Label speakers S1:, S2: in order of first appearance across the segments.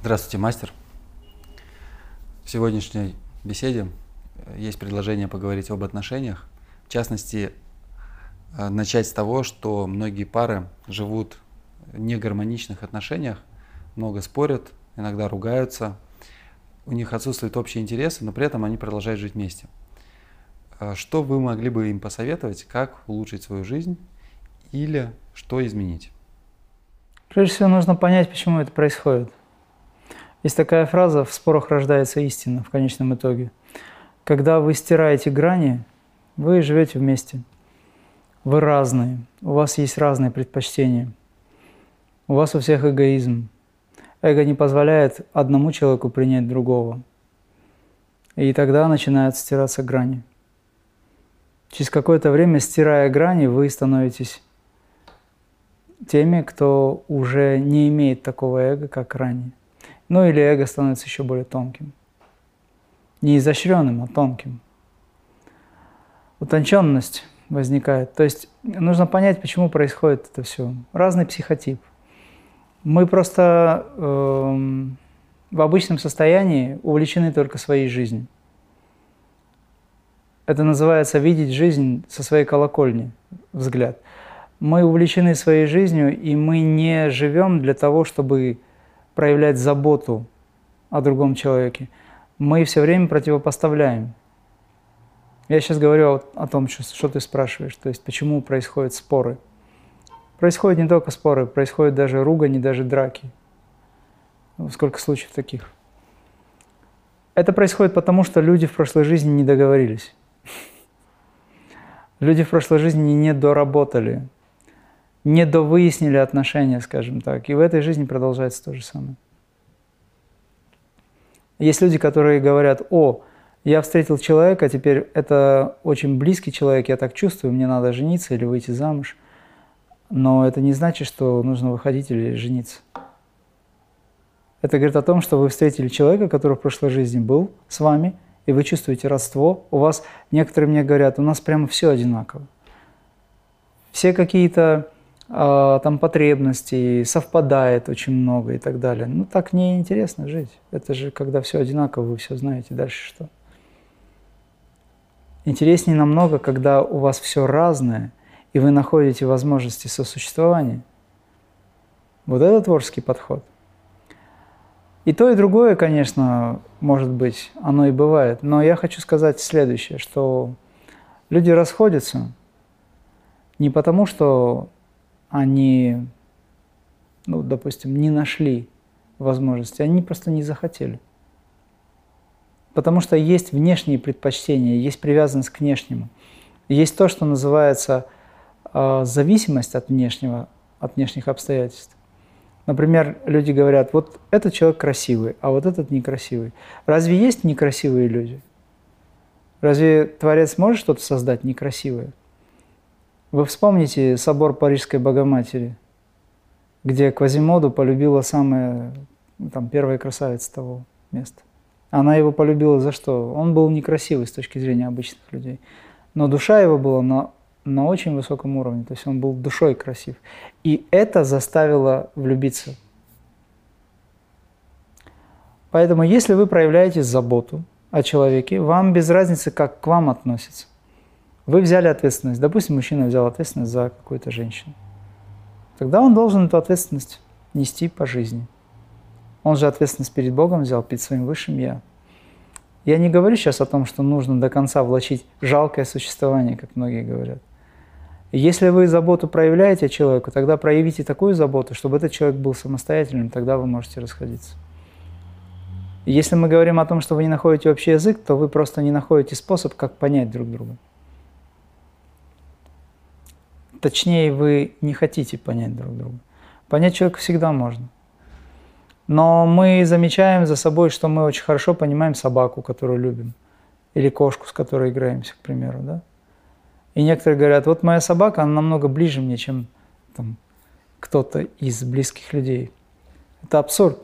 S1: Здравствуйте, мастер. В сегодняшней беседе есть предложение поговорить об отношениях. В частности, начать с того, что многие пары живут в негармоничных отношениях, много спорят, иногда ругаются, у них отсутствуют общие интересы, но при этом они продолжают жить вместе. Что вы могли бы им посоветовать, как улучшить свою жизнь или что изменить?
S2: Прежде всего нужно понять, почему это происходит. Есть такая фраза: в спорах рождается истина в конечном итоге. Когда вы стираете грани, вы живете вместе. Вы разные, у вас есть разные предпочтения. У вас у всех эгоизм. Эго не позволяет одному человеку принять другого. И тогда начинают стираться грани. Через какое-то время, стирая грани, вы становитесь теми, кто уже не имеет такого эго, как ранее. Ну или эго становится еще более тонким. Не изощренным, а тонким. Утонченность возникает. То есть нужно понять, почему происходит это все. Разный психотип. Мы просто в обычном состоянии увлечены только своей жизнью. Это называется видеть жизнь со своей колокольни, взгляд. Мы увлечены своей жизнью, и мы не живем для того, чтобы проявлять заботу о другом человеке. Мы все время противопоставляем. Я сейчас говорю о том, что ты спрашиваешь, то есть почему происходят споры. Происходят не только споры, происходят даже ругани, даже драки. Сколько случаев таких. Это происходит потому, что люди в прошлой жизни не договорились. Люди в прошлой жизни не доработали, не довыяснили отношения, скажем так. И в этой жизни продолжается то же самое. Есть люди, которые говорят: о, я встретил человека, теперь это очень близкий человек, я так чувствую, мне надо жениться или выйти замуж. Но это не значит, что нужно выходить или жениться. Это говорит о том, что вы встретили человека, который в прошлой жизни был с вами, и вы чувствуете родство. У вас, некоторые мне говорят, у нас прямо все одинаково. Все какие-то там потребности, совпадает очень много и так далее. Ну так неинтересно жить. Это же когда все одинаково, вы все знаете, дальше что? Интереснее намного, когда у вас все разное, и вы находите возможности сосуществования. Вот это творческий подход. И то, и другое, конечно, может быть, оно и бывает. Но я хочу сказать следующее, что люди расходятся не потому, что они, допустим, не нашли возможности, они просто не захотели. Потому что есть внешние предпочтения, есть привязанность к внешнему. Есть то, что называется зависимость от внешних обстоятельств. Например, люди говорят: вот этот человек красивый, а вот этот некрасивый. Разве есть некрасивые люди? Разве Творец может что-то создать некрасивое? Вы вспомните собор Парижской Богоматери, где Квазимоду полюбила самая первая красавица того места. Она его полюбила за что? Он был некрасивый с точки зрения обычных людей. Но душа его была на очень высоком уровне, то есть он был душой красив. И это заставило влюбиться. Поэтому если вы проявляете заботу о человеке, вам без разницы, как к вам относятся. Вы взяли ответственность. Допустим, мужчина взял ответственность за какую-то женщину. Тогда он должен эту ответственность нести по жизни. Он же ответственность перед Богом взял, перед своим высшим «Я». Я не говорю сейчас о том, что нужно до конца влачить жалкое существование, как многие говорят. Если вы заботу проявляете человеку, тогда проявите такую заботу, чтобы этот человек был самостоятельным, тогда вы можете расходиться. Если мы говорим о том, что вы не находите общий язык, то вы просто не находите способ, как понять друг друга. Точнее, вы не хотите понять друг друга. Понять человека всегда можно. Но мы замечаем за собой, что мы очень хорошо понимаем собаку, которую любим, или кошку, с которой играемся, к примеру, да? И некоторые говорят: вот моя собака, она намного ближе мне, чем кто-то из близких людей. Это абсурд.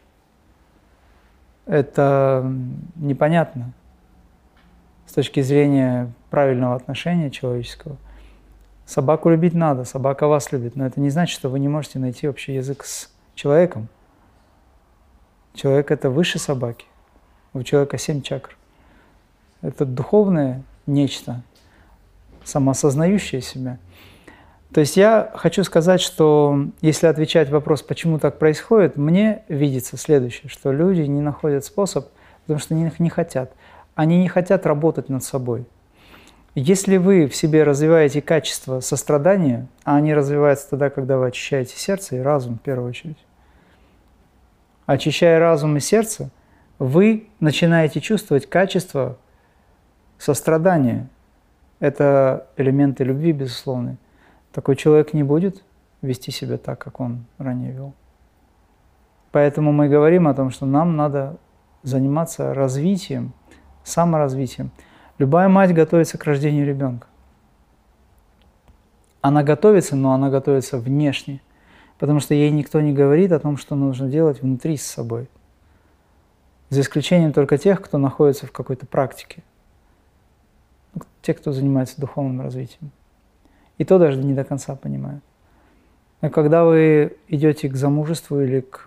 S2: Это непонятно с точки зрения правильного отношения человеческого. Собаку любить надо, собака вас любит, но это не значит, что вы не можете найти общий язык с человеком. Человек – это выше собаки. У человека 7 чакр. Это духовное нечто, самоосознающее себя. То есть я хочу сказать, что если отвечать вопрос, почему так происходит, мне видится следующее, что люди не находят способ, потому что они не хотят. Они не хотят работать над собой. Если вы в себе развиваете качество сострадания, а они развиваются тогда, когда вы очищаете сердце и разум в первую очередь, очищая разум и сердце, вы начинаете чувствовать качество сострадания. Это элементы любви, безусловно. Такой человек не будет вести себя так, как он ранее вел. Поэтому мы говорим о том, что нам надо заниматься развитием, саморазвитием. Любая мать готовится к рождению ребенка. Она готовится, но она готовится внешне, потому что ей никто не говорит о том, что нужно делать внутри с собой. За исключением только тех, кто находится в какой-то практике. Те, кто занимается духовным развитием. И то даже не до конца понимают. Но когда вы идете к замужеству или к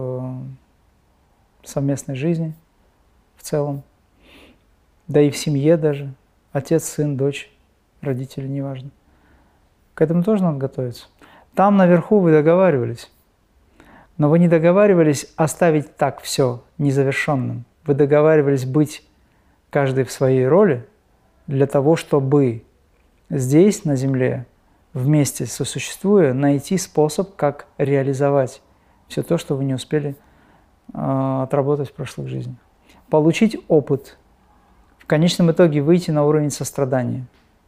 S2: совместной жизни в целом, да и в семье даже, отец, сын, дочь, родители, неважно, к этому тоже надо готовиться. Там наверху вы договаривались, но вы не договаривались оставить так все незавершенным. Вы договаривались быть каждый в своей роли для того, чтобы здесь, на земле, вместе сосуществуя, найти способ, как реализовать все то, что вы не успели отработать в прошлых жизнях. Получить опыт, в конечном итоге выйти на уровень сострадания.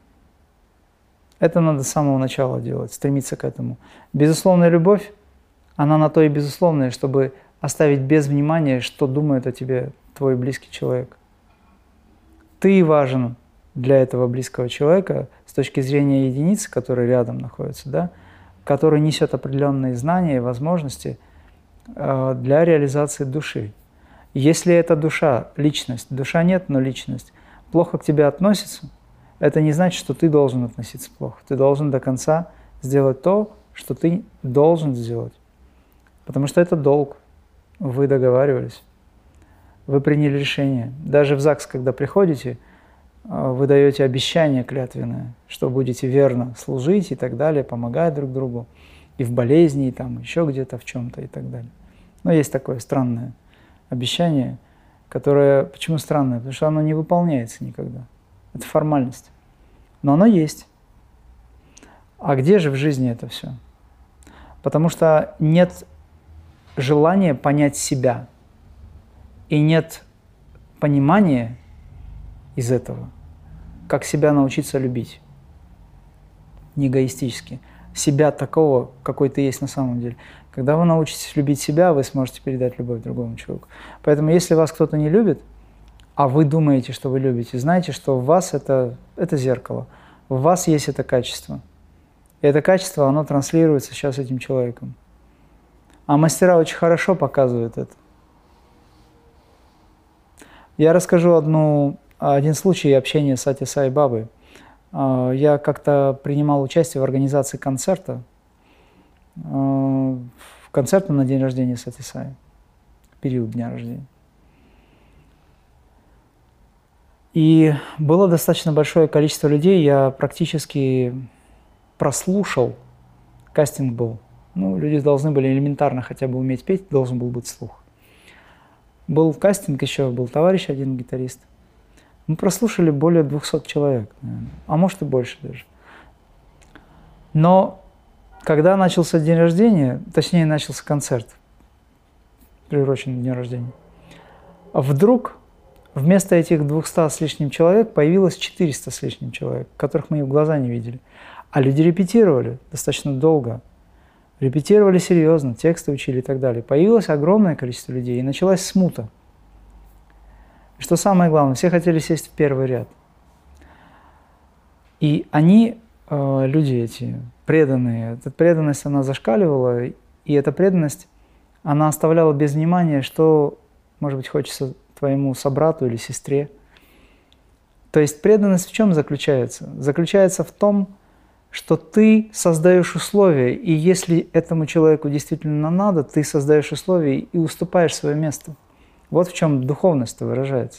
S2: Это надо с самого начала делать, стремиться к этому. Безусловная любовь, она на то и безусловная, чтобы оставить без внимания, что думает о тебе твой близкий человек. Ты важен для этого близкого человека с точки зрения единицы, которая рядом находится, да, который несет определенные знания и возможности для реализации души. Если это душа, личность, душа нет, но личность, плохо к тебе относится, это не значит, что ты должен относиться плохо. Ты должен до конца сделать то, что ты должен сделать. Потому что это долг. Вы договаривались. Вы приняли решение. Даже в ЗАГС, когда приходите, вы даете обещание клятвенное, что будете верно служить и так далее, помогать друг другу. И в болезни, и там еще где-то в чем-то и так далее. Но есть такое странное обещание, которое... Почему странное? Потому что оно не выполняется никогда. Это формальность. Но оно есть. А где же в жизни это все? Потому что нет желания понять себя. И нет понимания из этого, как себя научиться любить. Не эгоистически. Себя такого, какой ты есть на самом деле. Когда вы научитесь любить себя, вы сможете передать любовь другому человеку. Поэтому если вас кто-то не любит, а вы думаете, что вы любите, знайте, что в вас это зеркало. В вас есть это качество. И это качество, оно транслируется сейчас этим человеком. А мастера очень хорошо показывают это. Я расскажу один случай общения с Сати Сай Бабой. Я как-то принимал участие в организации концерта, концерта на день рождения Сати Сай, в период дня рождения. И было достаточно большое количество людей, я практически прослушал, кастинг был. Люди должны были элементарно хотя бы уметь петь, должен был быть слух. Был кастинг еще, был товарищ один гитарист. Мы прослушали более 200 человек, наверное, а может и больше даже. Но когда начался день рождения, точнее начался концерт, приуроченный к дню рождения, вдруг вместо этих 200 с лишним человек появилось 400 с лишним человек, которых мы и в глаза не видели. А люди репетировали достаточно долго. Репетировали серьезно, тексты учили и так далее. Появилось огромное количество людей, и началась смута. Что самое главное, все хотели сесть в первый ряд. И они, люди эти, преданные, эта преданность, она зашкаливала, и эта преданность, она оставляла без внимания, что, может быть, хочется твоему собрату или сестре. То есть преданность в чем заключается? Заключается в том, что ты создаешь условия, и если этому человеку действительно надо, ты создаешь условия и уступаешь свое место. Вот в чем духовность-то выражается.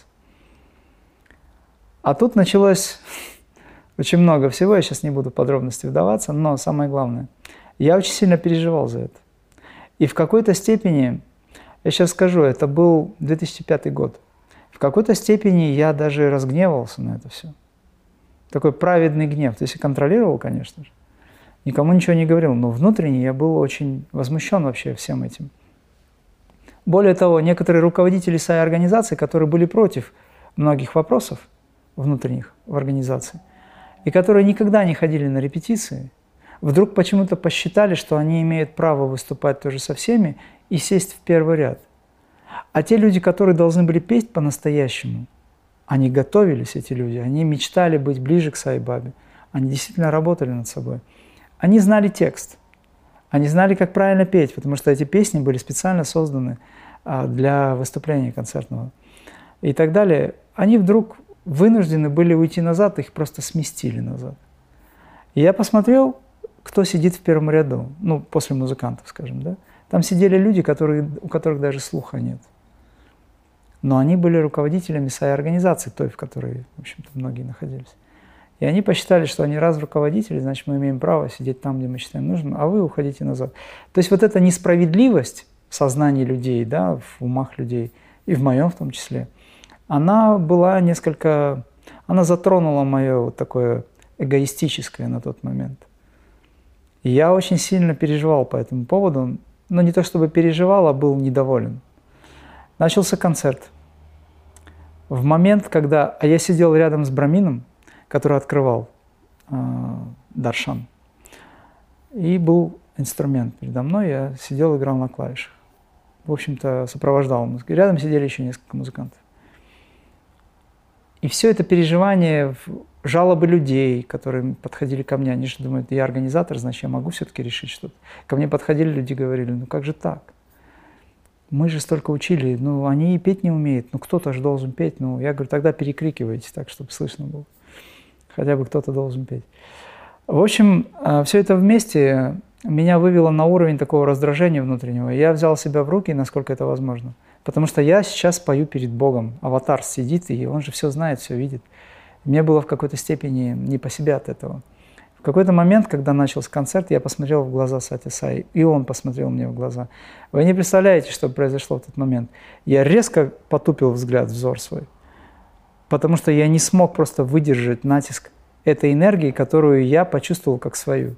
S2: А тут началось очень много всего, я сейчас не буду в подробности вдаваться, но самое главное, я очень сильно переживал за это. И в какой-то степени, я сейчас скажу, это был 2005 год, в какой-то степени я даже разгневался на это все. Такой праведный гнев. То есть я контролировал, конечно же, никому ничего не говорил, но внутренне я был очень возмущен вообще всем этим. Более того, некоторые руководители организаций, которые были против многих вопросов внутренних в организации, и которые никогда не ходили на репетиции, вдруг почему-то посчитали, что они имеют право выступать тоже со всеми и сесть в первый ряд. А те люди, которые должны были петь по-настоящему, они готовились, эти люди, они мечтали быть ближе к Сай-Бабе, они действительно работали над собой. Они знали текст, они знали, как правильно петь, потому что эти песни были специально созданы для выступления концертного и так далее. Они вдруг вынуждены были уйти назад, их просто сместили назад. И я посмотрел, кто сидит в первом ряду, ну, после музыкантов, скажем, да. Там сидели люди, у которых даже слуха нет. Но они были руководителями своей организации, той, в которой, в общем-то, многие находились. И они посчитали, что они раз руководители, значит, мы имеем право сидеть там, где мы считаем нужным, а вы уходите назад. То есть вот эта несправедливость в сознании людей, да, в умах людей, и в моем в том числе, она была несколько, она затронула мое вот такое эгоистическое на тот момент. И я очень сильно переживал по этому поводу, но не то чтобы переживал, а был недоволен. Начался концерт. В момент, когда... А я сидел рядом с Брамином, который открывал Даршан. И был инструмент передо мной, я сидел, играл на клавишах. В общем-то, сопровождал музыку. Рядом сидели еще несколько музыкантов. И все это переживание, жалобы людей, которые подходили ко мне, они же думают, я организатор, значит, я могу все-таки решить что-то. Ко мне подходили люди, говорили, ну как же так? Мы же столько учили, ну они и петь не умеют, ну кто-то же должен петь. Ну я говорю, тогда перекрикивайте так, чтобы слышно было. Хотя бы кто-то должен петь. В общем, все это вместе меня вывело на уровень такого раздражения внутреннего. Я взял себя в руки, насколько это возможно. Потому что я сейчас пою перед Богом. Аватар сидит, и он же все знает, все видит. Мне было в какой-то степени не по себе от этого. В какой-то момент, когда начался концерт, я посмотрел в глаза Сати Сай, и он посмотрел мне в глаза. Вы не представляете, что произошло в тот момент. Я резко потупил взор свой, потому что я не смог просто выдержать натиск этой энергии, которую я почувствовал как свою.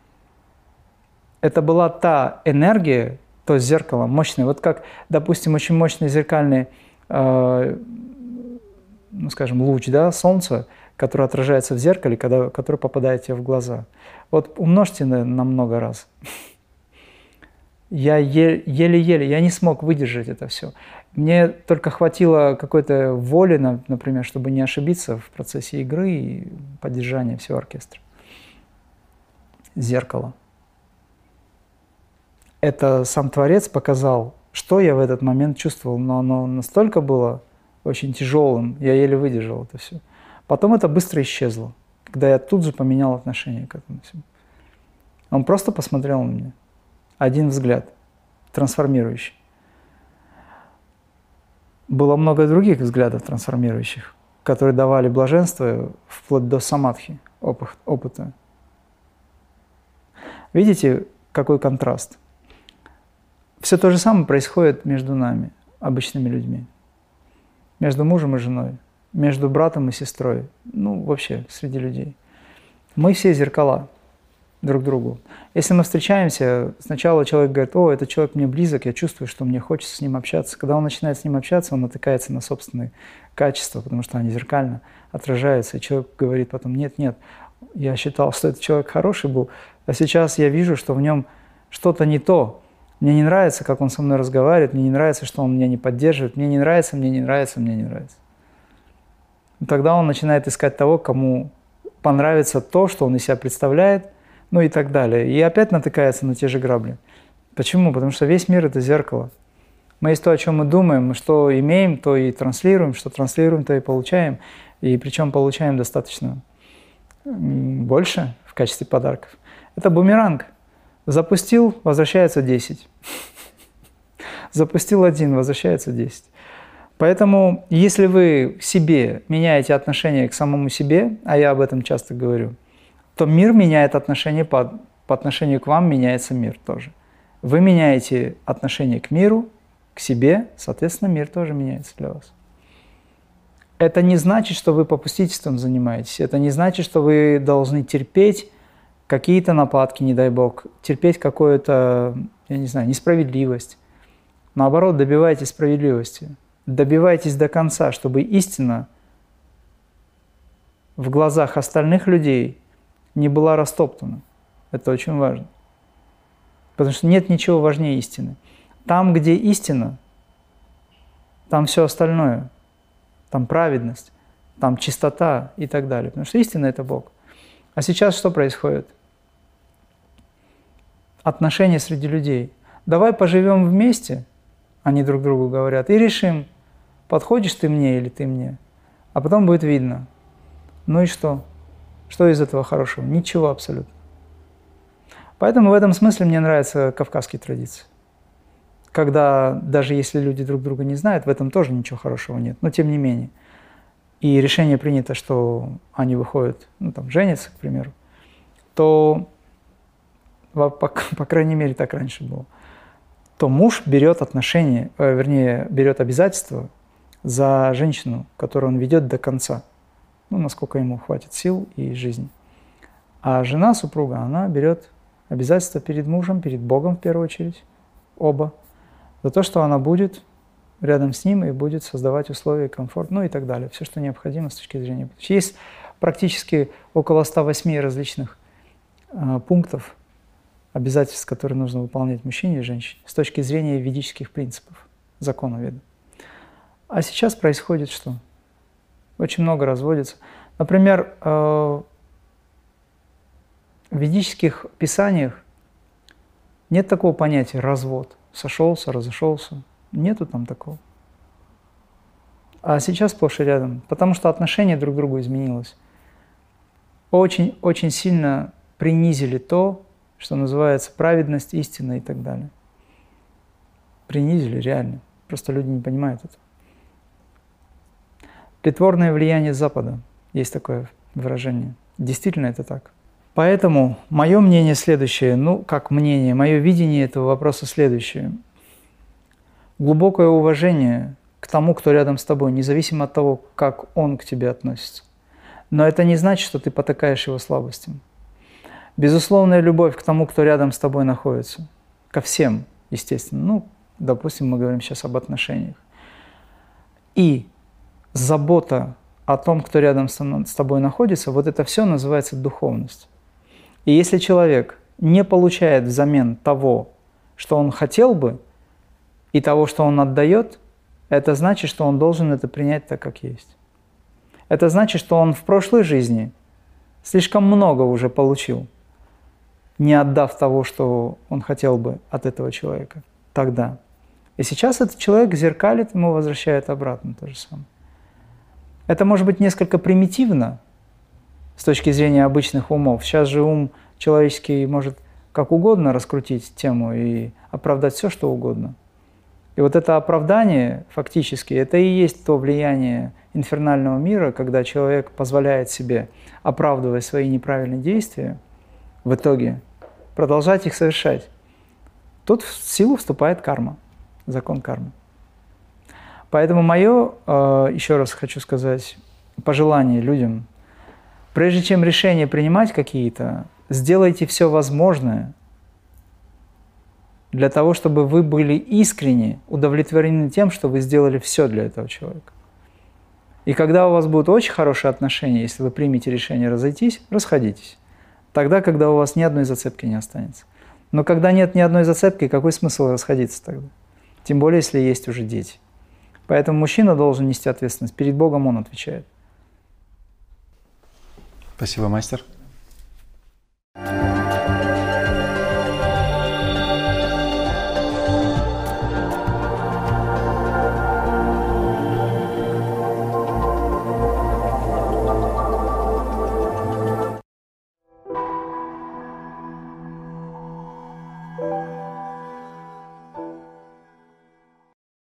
S2: Это была та энергия, то зеркало мощное. Вот как, допустим, очень мощный зеркальный, ну, скажем, луч, да, солнца, который отражается в зеркале, который попадает тебе в глаза. Вот умножьте на много раз. Я еле-еле, я не смог выдержать это все. Мне только хватило какой-то воли, например, чтобы не ошибиться в процессе игры и поддержания всего оркестра. Зеркало. Это сам Творец показал, что я в этот момент чувствовал, но оно настолько было очень тяжелым, я еле выдержал это все. Потом это быстро исчезло, когда я тут же поменял отношение к этому всему. Он просто посмотрел на меня. Один взгляд, трансформирующий. Было много других взглядов трансформирующих, которые давали блаженство вплоть до самадхи, опыта. Видите, какой контраст? Все то же самое происходит между нами, обычными людьми. Между мужем и женой, между братом и сестрой, ну, вообще, среди людей. Мы все зеркала друг другу. Если мы встречаемся, сначала человек говорит, о, этот человек мне близок, я чувствую, что мне хочется с ним общаться. Когда он начинает с ним общаться, он натыкается на собственные качества, потому что они зеркально отражаются. И человек говорит потом, нет, я считал, что этот человек хороший был, а сейчас я вижу, что в нем что-то не то. Мне не нравится, как он со мной разговаривает, мне не нравится, что он меня не поддерживает, мне не нравится. И тогда он начинает искать того, кому понравится то, что он из себя представляет, ну и так далее. И опять натыкается на те же грабли. Почему? Потому что весь мир – это зеркало. Мы есть то, о чем мы думаем, мы что имеем, то и транслируем, что транслируем, то и получаем. И причем получаем достаточно больше, качестве подарков. Это бумеранг. Запустил, возвращается 10. Запустил 1, возвращается 10. Поэтому, если вы себе меняете отношение к самому себе, а я об этом часто говорю, то мир меняет отношение по отношению к вам, меняется мир тоже. Вы меняете отношение к миру, к себе, соответственно, мир тоже меняется для вас. Это не значит, что вы попустительством занимаетесь, это не значит, что вы должны терпеть какие-то нападки, не дай бог, терпеть какую-то, я не знаю, несправедливость. Наоборот, добивайтесь справедливости, добивайтесь до конца, чтобы истина в глазах остальных людей не была растоптана. Это очень важно. Потому что нет ничего важнее истины. Там, где истина, там все остальное. Там праведность, там чистота и так далее. Потому что истина – это Бог. А сейчас что происходит? Отношения среди людей. Давай поживем вместе, они друг другу говорят, и решим, подходишь ты мне или ты мне. А потом будет видно. Ну и что? Что из этого хорошего? Ничего абсолютно. Поэтому в этом смысле мне нравятся кавказские традиции. Когда даже если люди друг друга не знают, в этом тоже ничего хорошего нет. Но тем не менее. И решение принято, что они выходят, ну там, женятся, к примеру, то, по крайней мере, так раньше было, то муж берет отношения, берет обязательства за женщину, которую он ведет до конца. Ну, насколько ему хватит сил и жизни. А жена, супруга, она берет обязательства перед мужем, перед Богом в первую очередь, оба, за то, что она будет рядом с ним и будет создавать условия, комфорт, ну и так далее. Все, что необходимо с точки зрения будущего. Есть практически около 108 различных пунктов, обязательств, которые нужно выполнять мужчине и женщине с точки зрения ведических принципов, закона Веды. А сейчас происходит что? Очень много разводится. Например, в ведических писаниях нет такого понятия «развод». Сошелся, разошелся. Нету там такого. А сейчас сплошь и рядом. Потому что отношение друг к другу изменилось. Очень сильно принизили то, что называется праведность, истина и так далее. Принизили реально. Просто люди не понимают это. Притворное влияние Запада. Есть такое выражение. Действительно это так. Поэтому мое мнение следующее, ну, как мнение, мое видение этого вопроса следующее. Глубокое уважение к тому, кто рядом с тобой, независимо от того, как он к тебе относится. Но это не значит, что ты потакаешь его слабостям. Безусловная любовь к тому, кто рядом с тобой находится. Ко всем, естественно. Ну, допустим, мы говорим сейчас об отношениях. И забота о том, кто рядом с тобой находится, вот это все называется духовность. И если человек не получает взамен того, что он хотел бы, и того, что он отдает, это значит, что он должен это принять так, как есть. Это значит, что он в прошлой жизни слишком много уже получил, не отдав того, что он хотел бы от этого человека тогда. И сейчас этот человек зеркалит, ему возвращает обратно то же самое. Это может быть несколько примитивно с точки зрения обычных умов. Сейчас же ум человеческий может как угодно раскрутить тему и оправдать все, что угодно. И вот это оправдание фактически, это и есть то влияние инфернального мира, когда человек позволяет себе, оправдывая свои неправильные действия, в итоге продолжать их совершать. Тут в силу вступает карма, закон кармы. Поэтому мое, еще раз хочу сказать, пожелание людям, прежде чем решения принимать какие-то, сделайте все возможное для того, чтобы вы были искренне удовлетворены тем, что вы сделали все для этого человека. И когда у вас будут очень хорошие отношения, если вы примете решение разойтись, расходитесь. Тогда, когда у вас ни одной зацепки не останется. Но когда нет ни одной зацепки, какой смысл расходиться тогда? Тем более, если есть уже дети. Поэтому мужчина должен нести ответственность. Перед Богом он отвечает.
S1: Спасибо, мастер.